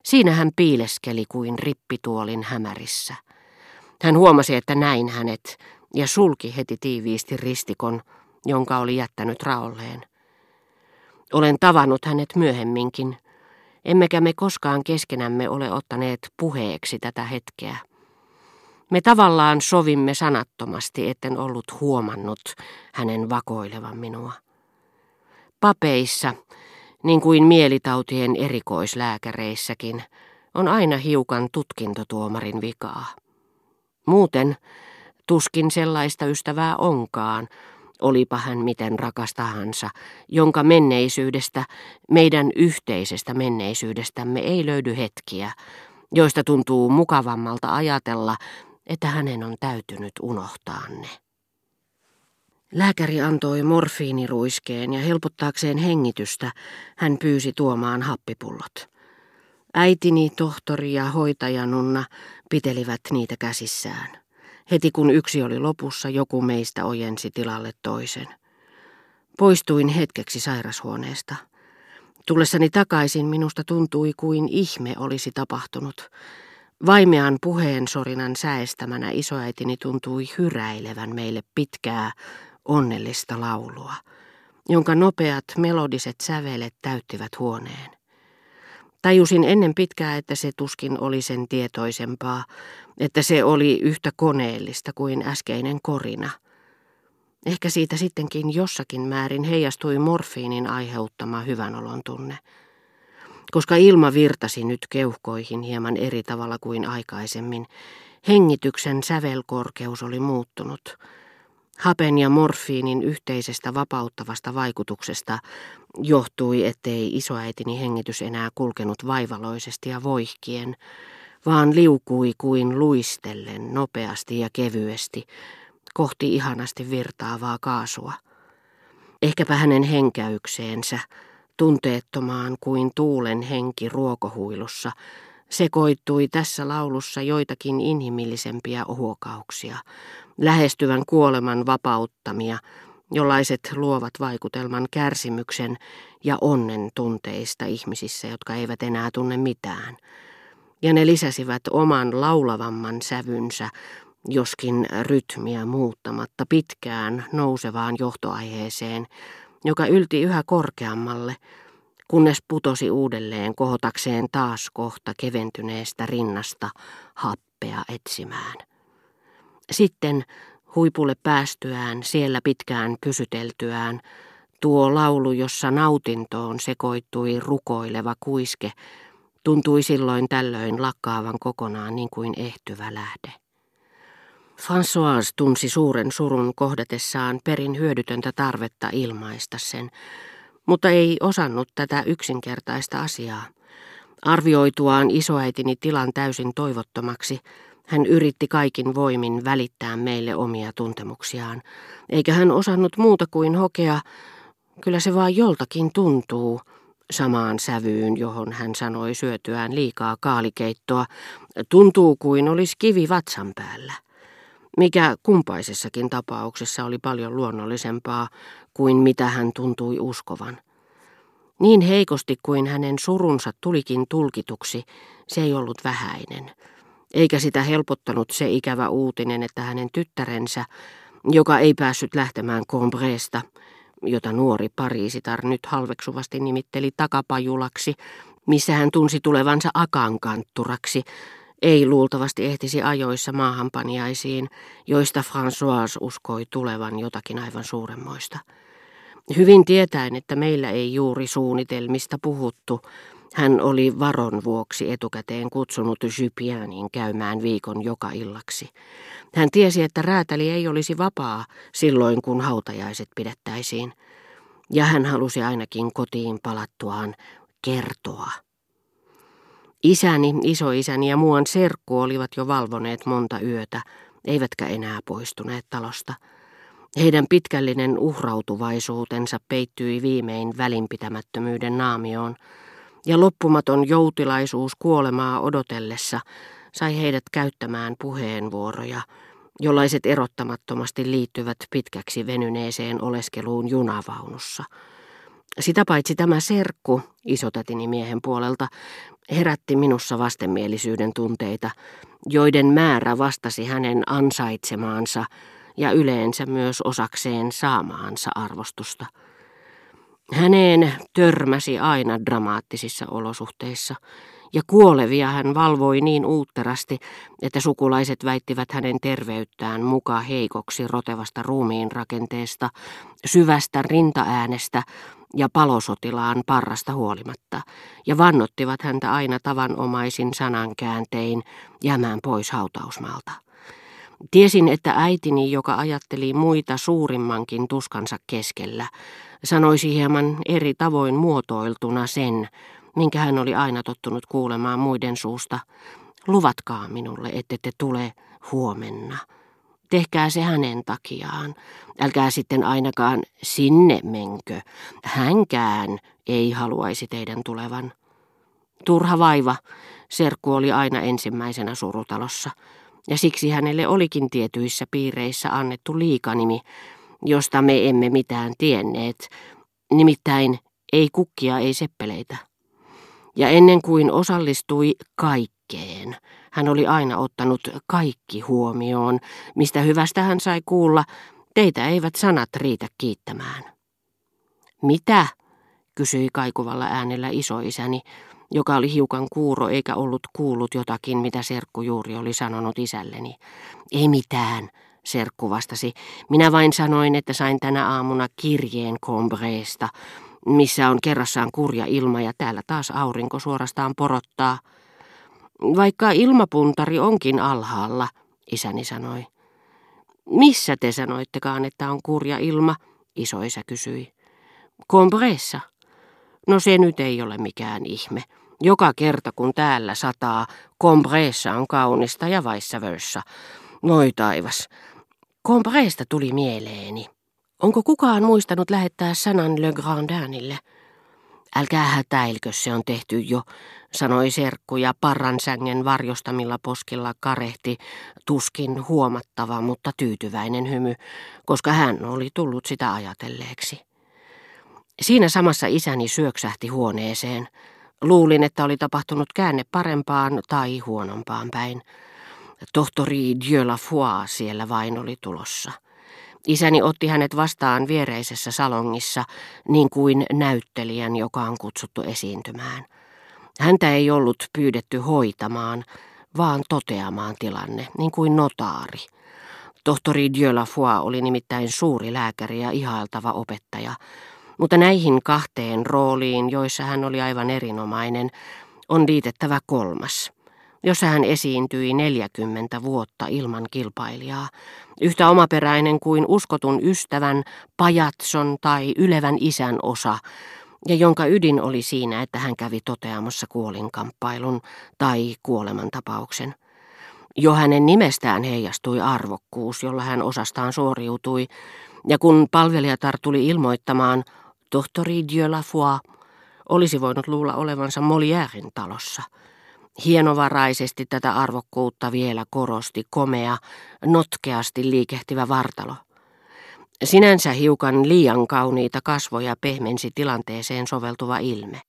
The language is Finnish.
Siinä hän piileskeli kuin rippituolin hämärissä. Hän huomasi, että näin hänet, ja sulki heti tiiviisti ristikon, jonka oli jättänyt raolleen. Olen tavannut hänet myöhemminkin, emmekä me koskaan keskenämme ole ottaneet puheeksi tätä hetkeä. Me tavallaan sovimme sanattomasti, etten ollut huomannut hänen vakoilevan minua. Papeissa, niin kuin mielitautien erikoislääkäreissäkin, on aina hiukan tutkintotuomarin vikaa. Muuten tuskin sellaista ystävää onkaan, olipa hän miten rakas tahansa, jonka menneisyydestä, meidän yhteisestä menneisyydestämme ei löydy hetkiä, joista tuntuu mukavammalta ajatella, että hänen on täytynyt unohtaa ne. Lääkäri antoi morfiiniruiskeen ja helpottaakseen hengitystä hän pyysi tuomaan happipullot. Äitini, tohtori ja hoitajanunna pitelivät niitä käsissään. Heti kun yksi oli lopussa, joku meistä ojensi tilalle toisen. Poistuin hetkeksi sairashuoneesta. Tullessani takaisin minusta tuntui kuin ihme olisi tapahtunut. Vaimean puheensorinan säestämänä isoäitini tuntui hyräilevän meille pitkää, onnellista laulua, jonka nopeat melodiset sävelet täyttivät huoneen. Tajusin ennen pitkää, että se tuskin oli sen tietoisempaa, että se oli yhtä koneellista kuin äskeinen korina. Ehkä siitä sittenkin jossakin määrin heijastui morfiinin aiheuttama hyvänolon tunne. Koska ilma virtasi nyt keuhkoihin hieman eri tavalla kuin aikaisemmin, hengityksen sävelkorkeus oli muuttunut. Hapen ja morfiinin yhteisestä vapauttavasta vaikutuksesta johtui, ettei isoäitini hengitys enää kulkenut vaivaloisesti ja voihkien, vaan liukui kuin luistellen nopeasti ja kevyesti kohti ihanasti virtaavaa kaasua. Ehkäpä hänen henkäykseensä, tunteettomaan kuin tuulen henki ruokohuilussa, sekoittui tässä laulussa joitakin inhimillisempiä huokauksia, lähestyvän kuoleman vapauttamia, jollaiset luovat vaikutelman kärsimyksen ja onnen tunteista ihmisissä, jotka eivät enää tunne mitään. Ja ne lisäsivät oman laulavamman sävynsä, joskin rytmiä muuttamatta pitkään nousevaan johtoaiheeseen, joka ylti yhä korkeammalle, kunnes putosi uudelleen kohotakseen taas kohta keventyneestä rinnasta happea etsimään. Sitten huipulle päästyään, siellä pitkään pysyteltyään, tuo laulu, jossa nautintoon sekoittui rukoileva kuiske, tuntui silloin tällöin lakkaavan kokonaan niin kuin ehtyvä lähde. Françoise tunsi suuren surun kohdatessaan perin hyödytöntä tarvetta ilmaista sen, mutta ei osannut tätä yksinkertaista asiaa. Arvioituaan isoäitini tilan täysin toivottomaksi, hän yritti kaikin voimin välittää meille omia tuntemuksiaan, eikä hän osannut muuta kuin hokea, kyllä se vaan joltakin tuntuu, samaan sävyyn, johon hän sanoi syötyään liikaa kaalikeittoa, tuntuu kuin olisi kivi vatsan päällä. Mikä kumpaisessakin tapauksessa oli paljon luonnollisempaa kuin mitä hän tuntui uskovan. Niin heikosti kuin hänen surunsa tulikin tulkituksi, se ei ollut vähäinen. Eikä sitä helpottanut se ikävä uutinen, että hänen tyttärensä, joka ei päässyt lähtemään Combreesta, jota nuori pariisitar nyt halveksuvasti nimitteli takapajulaksi, missä hän tunsi tulevansa akankantturaksi, ei luultavasti ehtisi ajoissa maahanpaniaisiin, joista Françoise uskoi tulevan jotakin aivan suuremmoista. Hyvin tietäen, että meillä ei juuri suunnitelmista puhuttu, hän oli varon vuoksi etukäteen kutsunut Jupienin käymään viikon joka illaksi. Hän tiesi, että räätäli ei olisi vapaa silloin, kun hautajaiset pidettäisiin, ja hän halusi ainakin kotiin palattuaan kertoa. Isäni, isoisäni ja muuan serkku olivat jo valvoneet monta yötä, eivätkä enää poistuneet talosta. Heidän pitkällinen uhrautuvaisuutensa peittyi viimein välinpitämättömyyden naamioon, ja loppumaton joutilaisuus kuolemaa odotellessa sai heidät käyttämään puheenvuoroja, jollaiset erottamattomasti liittyvät pitkäksi venyneeseen oleskeluun junavaunussa. Sitä paitsi tämä serkku, isotätini miehen puolelta, herätti minussa vastenmielisyyden tunteita, joiden määrä vastasi hänen ansaitsemaansa ja yleensä myös osakseen saamaansa arvostusta. Häneen törmäsi aina dramaattisissa olosuhteissa, ja kuolevia hän valvoi niin uutterasti, että sukulaiset väittivät hänen terveyttään muka heikoksi rotevasta ruumiin rakenteesta, syvästä rintaäänestä ja palosotilaan parrasta huolimatta, ja vannottivat häntä aina tavanomaisin sanankääntein jäämään pois hautausmaalta. Tiesin, että äitini, joka ajatteli muita suurimmankin tuskansa keskellä, sanoisi hieman eri tavoin muotoiltuna sen, minkä hän oli aina tottunut kuulemaan muiden suusta. Luvatkaa minulle, ette te tule huomenna. Tehkää se hänen takiaan. Älkää sitten ainakaan sinne menkö. Hänkään ei haluaisi teidän tulevan. Turha vaiva. Serkku oli aina ensimmäisenä surutalossa. Ja siksi hänelle olikin tietyissä piireissä annettu liikanimi, josta me emme mitään tienneet. Nimittäin ei kukkia, ei seppeleitä. Ja ennen kuin osallistui kaikkeen, hän oli aina ottanut kaikki huomioon, mistä hyvästä hän sai kuulla, teitä eivät sanat riitä kiittämään. Mitä? Kysyi kaikuvalla äänellä isoisäni, joka oli hiukan kuuro eikä ollut kuullut jotakin, mitä serkku juuri oli sanonut isälleni. Ei mitään, serkku vastasi. Minä vain sanoin, että sain tänä aamuna kirjeen Combreesta, missä on kerrassaan kurja ilma ja täällä taas aurinko suorastaan porottaa. Vaikka ilmapuntari onkin alhaalla, isäni sanoi. Missä te sanoittekaan, että on kurja ilma, isoisä kysyi. Combreessa. No se nyt ei ole mikään ihme. Joka kerta kun täällä sataa, Combreessa on kaunista ja vice versa. Noi taivas. Combreesta tuli mieleeni. Onko kukaan muistanut lähettää sanan Le Grandinille? Älkää hätäilkö, se on tehty jo, sanoi serkku ja parran sängen varjostamilla poskilla karehti tuskin huomattava, mutta tyytyväinen hymy, koska hän oli tullut sitä ajatelleeksi. Siinä samassa isäni syöksähti huoneeseen. Luulin, että oli tapahtunut käänne parempaan tai huonompaan päin. Tohtori Dieu la foi siellä vain oli tulossa. Isäni otti hänet vastaan viereisessä salongissa, niin kuin näyttelijän, joka on kutsuttu esiintymään. Häntä ei ollut pyydetty hoitamaan, vaan toteamaan tilanne, niin kuin notaari. Tohtori Dieu la foi oli nimittäin suuri lääkäri ja ihailtava opettaja, mutta näihin kahteen rooliin, joissa hän oli aivan erinomainen, on liitettävä kolmas, jossa hän esiintyi 40 vuotta ilman kilpailijaa, yhtä omaperäinen kuin uskotun ystävän, pajatson tai ylevän isän osa, ja jonka ydin oli siinä, että hän kävi toteamassa kuolinkamppailun tai kuolemantapauksen. Jo hänen nimestään heijastui arvokkuus, jolla hän osastaan suoriutui, ja kun palvelijatar tuli ilmoittamaan tohtori Dieu la foi, olisi voinut luulla olevansa Molièren talossa. Hienovaraisesti tätä arvokkuutta vielä korosti komea, notkeasti liikehtivä vartalo. Sinänsä hiukan liian kauniita kasvoja pehmensi tilanteeseen soveltuva ilme.